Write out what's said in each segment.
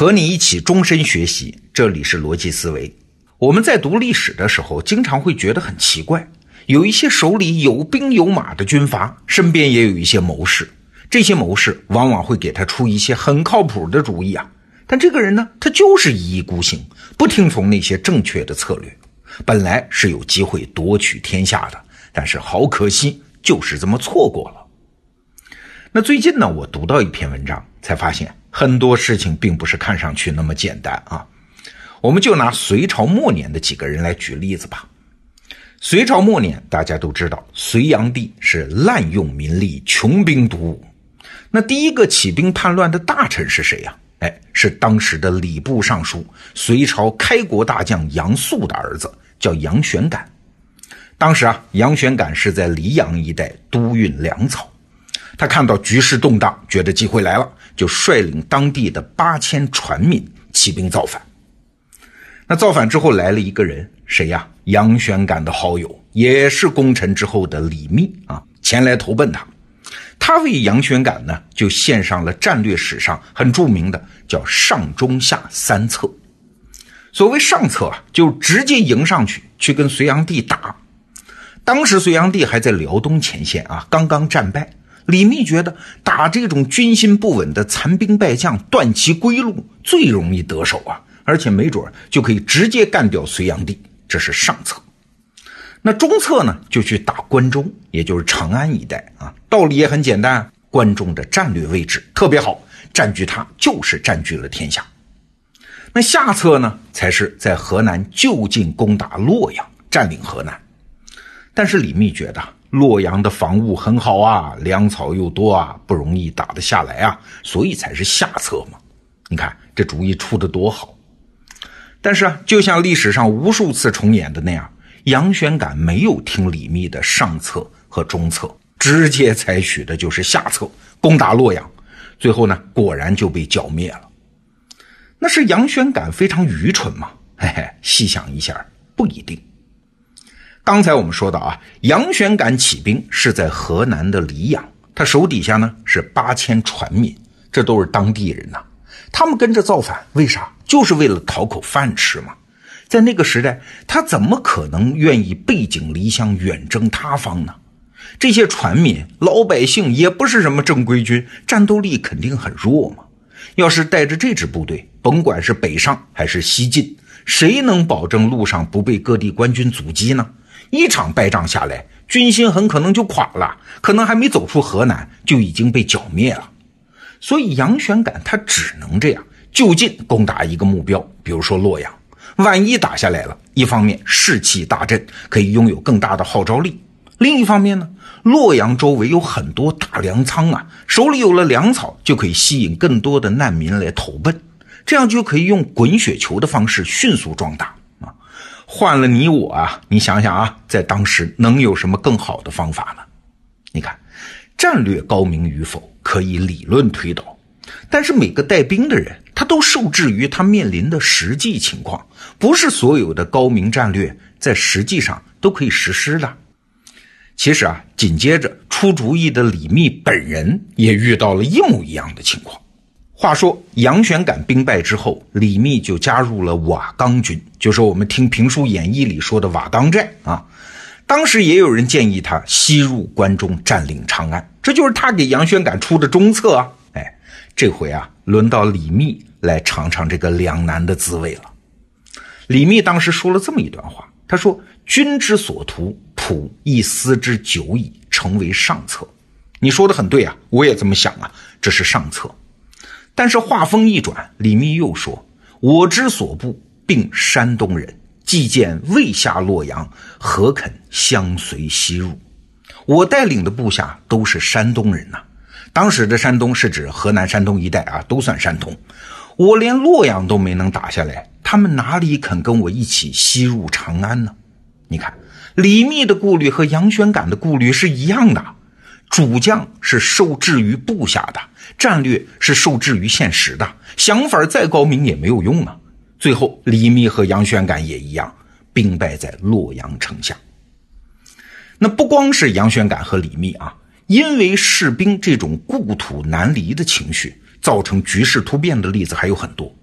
和你一起终身学习，这里是逻辑思维。我们在读历史的时候，经常会觉得很奇怪，有一些手里有兵有马的军阀，身边也有一些谋士，这些谋士往往会给他出一些很靠谱的主意啊。但这个人呢，他就是一意孤行，不听从那些正确的策略。本来是有机会夺取天下的，但是好可惜，就是这么错过了。那最近呢，我读到一篇文章，才发现很多事情并不是看上去那么简单啊。我们就拿隋朝末年的几个人来举例子吧。隋朝末年，大家都知道，隋炀帝是滥用民力，穷兵黩武。那第一个起兵叛乱的大臣是谁呀？是当时的礼部尚书，隋朝开国大将杨素的儿子，叫杨玄感。当时杨玄感是在黎阳一带督运粮草。他看到局势动荡，觉得机会来了，就率领当地的8000船民起兵造反。那造反之后来了一个人，谁呀？杨玄感的好友，也是功臣之后的李密前来投奔他。他为杨玄感呢，就献上了战略史上很著名的叫上中下3策。所谓上策就直接迎上去跟隋炀帝打。当时隋炀帝还在辽东前线刚刚战败。李密觉得打这种军心不稳的残兵败将，断其归路最容易得手而且没准就可以直接干掉隋炀帝，这是上策。那中策呢，就去打关中，也就是长安一带道理也很简单，关中的战略位置特别好，占据它就是占据了天下。那下策呢，才是在河南就近攻打洛阳，占领河南。但是李密觉得洛阳的防务很好粮草又多不容易打得下来所以才是下策嘛。你看这主意出得多好。但是就像历史上无数次重演的那样，杨玄感没有听李密的上策和中策，直接采取的就是下策，攻打洛阳。最后呢，果然就被剿灭了。那是杨玄感非常愚蠢吗？细想一下，不一定。刚才我们说到杨玄感起兵是在河南的黎阳，他手底下呢是8000船民，这都是当地人他们跟着造反，为啥？就是为了讨口饭吃嘛。在那个时代，他怎么可能愿意背井离乡远征他方呢？这些船民老百姓也不是什么正规军，战斗力肯定很弱嘛。要是带着这支部队，甭管是北上还是西进，谁能保证路上不被各地官军阻击呢？一场败仗下来，军心很可能就垮了，可能还没走出河南就已经被剿灭了。所以杨玄感他只能这样就近攻打一个目标，比如说洛阳。万一打下来了，一方面士气大振，可以拥有更大的号召力；另一方面呢，洛阳周围有很多大粮仓手里有了粮草，就可以吸引更多的难民来投奔，这样就可以用滚雪球的方式迅速壮大换了你我你想想在当时能有什么更好的方法呢？你看，战略高明与否可以理论推导，但是每个带兵的人他都受制于他面临的实际情况，不是所有的高明战略在实际上都可以实施的。其实紧接着出主意的李密本人也遇到了一模一样的情况。话说杨玄感兵败之后，李密就加入了瓦岗军，就是我们听评书演义里说的瓦岗寨当时也有人建议他西入关中，占领长安，这就是他给杨玄感出的中策这回轮到李密来尝尝这个两难的滋味了。李密当时说了这么一段话，他说：君之所图，仆亦思之久矣，成为上策。你说的很对我也这么想这是上策。但是话锋一转，李密又说：我之所部并山东人，既见未下洛阳，何肯相随西入？我带领的部下都是山东人当时的山东是指河南山东一带都算山东。我连洛阳都没能打下来，他们哪里肯跟我一起西入长安呢？你看，李密的顾虑和杨玄感的顾虑是一样的。主将是受制于部下的，战略是受制于现实的，想法再高明也没有用最后李密和杨玄感也一样，兵败在洛阳城下。那不光是杨玄感和李密因为士兵这种故土难离的情绪造成局势突变的例子还有很多。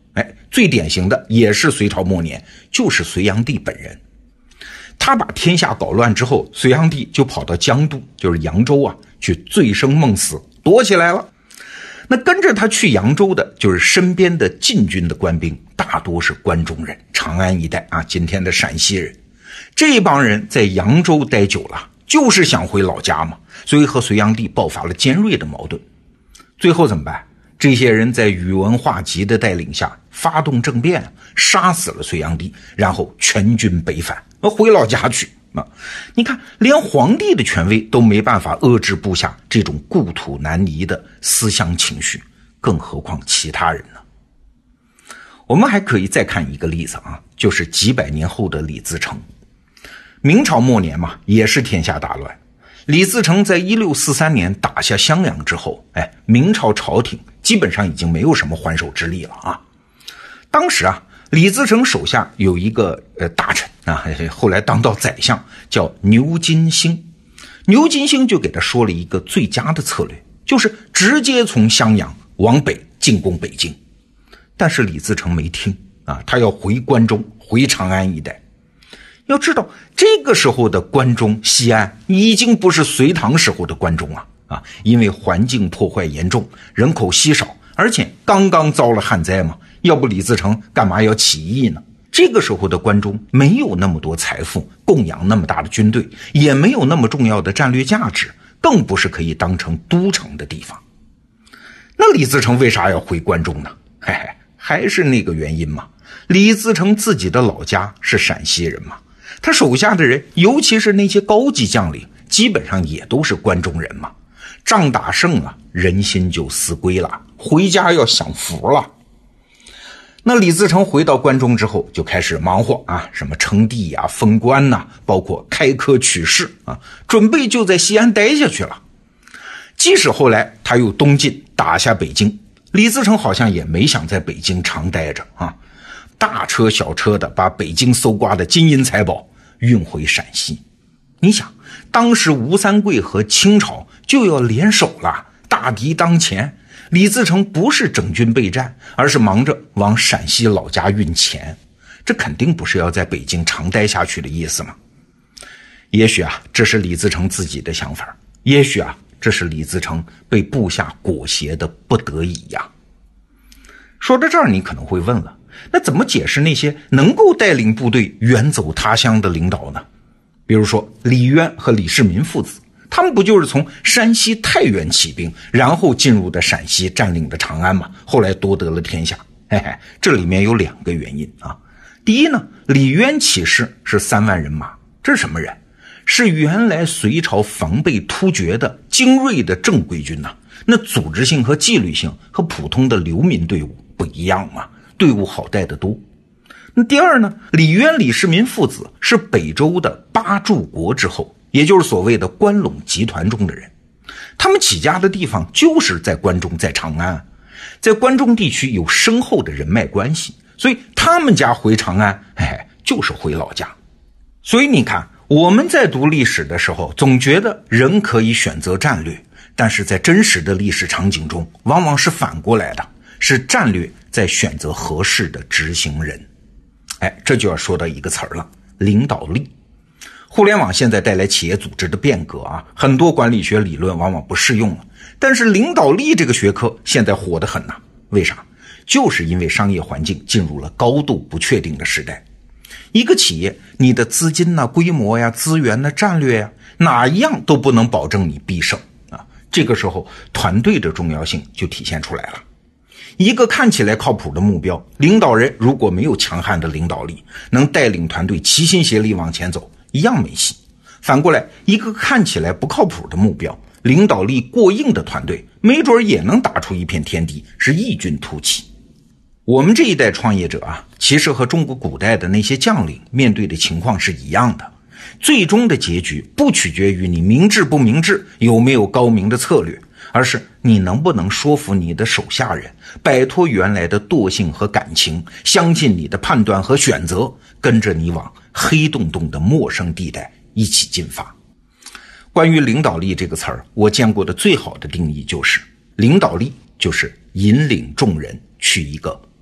最典型的也是隋朝末年，就是隋炀帝本人。他把天下搞乱之后，隋炀帝就跑到江都，就是扬州啊，去醉生梦死，躲起来了。那跟着他去扬州的就是身边的禁军的官兵，大多是关中人，长安一带啊，今天的陕西人。这帮人在扬州待久了，就是想回老家嘛，所以和隋炀帝爆发了尖锐的矛盾。最后怎么办？这些人在宇文化及的带领下发动政变，杀死了隋炀帝，然后全军北返，回老家去。你看，连皇帝的权威都没办法遏制部下这种故土难移的思乡情绪，更何况其他人呢？我们还可以再看一个例子啊，就是几百年后的李自成。明朝末年嘛，也是天下大乱。李自成在1643年打下襄阳之后，明朝朝廷基本上已经没有什么还手之力了啊。当时啊，李自成手下有一个大臣啊，后来当到宰相，叫牛金星。牛金星就给他说了一个最佳的策略，就是直接从襄阳往北进攻北京。但是李自成没听啊，他要回关中，回长安一带。要知道，这个时候的关中、西安已经不是隋唐时候的关中啊，因为环境破坏严重，人口稀少，而且刚刚遭了旱灾嘛，要不李自成干嘛要起义呢？这个时候的关中没有那么多财富供养那么大的军队，也没有那么重要的战略价值，更不是可以当成都城的地方。那李自成为啥要回关中呢？还是那个原因嘛，李自成自己的老家是陕西人嘛，他手下的人，尤其是那些高级将领，基本上也都是关中人嘛。仗打胜了，人心就思归了，回家要享福了。那李自成回到关中之后，就开始忙活啊，什么称帝啊、封官啊，包括开科取士啊，准备就在西安待下去了。即使后来他又东进打下北京，李自成好像也没想在北京常待着啊。大车小车的把北京搜刮的金银财宝运回陕西。你想，当时吴三桂和清朝就要联手了，大敌当前，李自成不是整军备战，而是忙着往陕西老家运钱，这肯定不是要在北京常待下去的意思嘛。也许啊，这是李自成自己的想法，也许啊，这是李自成被部下裹挟的不得已呀。说到这儿，你可能会问了，那怎么解释那些能够带领部队远走他乡的领导呢？比如说李渊和李世民父子，他们不就是从山西太原起兵，然后进入的陕西，占领的长安吗？后来夺得了天下。这里面有2个原因啊。第一呢，李渊起事是3万人马，这是什么人？是原来隋朝防备突厥的精锐的正规军呐，那组织性和纪律性和普通的流民队伍不一样嘛，队伍好带得多。那第二呢，李渊、李世民父子是北周的8柱国之后，也就是所谓的关陇集团中的人。他们起家的地方就是在关中，在长安，在关中地区有深厚的人脉关系，所以他们家回长安，就是回老家。所以你看，我们在读历史的时候，总觉得人可以选择战略，但是在真实的历史场景中，往往是反过来的，是战略在选择合适的执行人。这就要说到一个词儿了，领导力。互联网现在带来企业组织的变革啊，很多管理学理论往往不适用了，但是领导力这个学科现在火得很呐。为啥？就是因为商业环境进入了高度不确定的时代。一个企业，你的资金呐、规模呀、资源呐、战略呀，哪一样都不能保证你必胜啊。这个时候，团队的重要性就体现出来了。一个看起来靠谱的目标，领导人如果没有强悍的领导力，能带领团队齐心协力往前走，一样没戏。反过来，一个看起来不靠谱的目标，领导力过硬的团队，没准也能打出一片天地，是异军突起。我们这一代创业者啊，其实和中国古代的那些将领面对的情况是一样的。最终的结局不取决于你明智不明智，有没有高明的策略，而是你能不能说服你的手下人摆脱原来的惰性和感情，相信你的判断和选择，跟着你往黑洞洞的陌生地带一起进发。关于领导力这个词儿，我见过的最好的定义就是，领导力就是引领众人去一个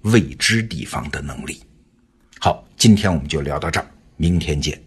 未知地方的能力。好，今天我们就聊到这儿，明天见。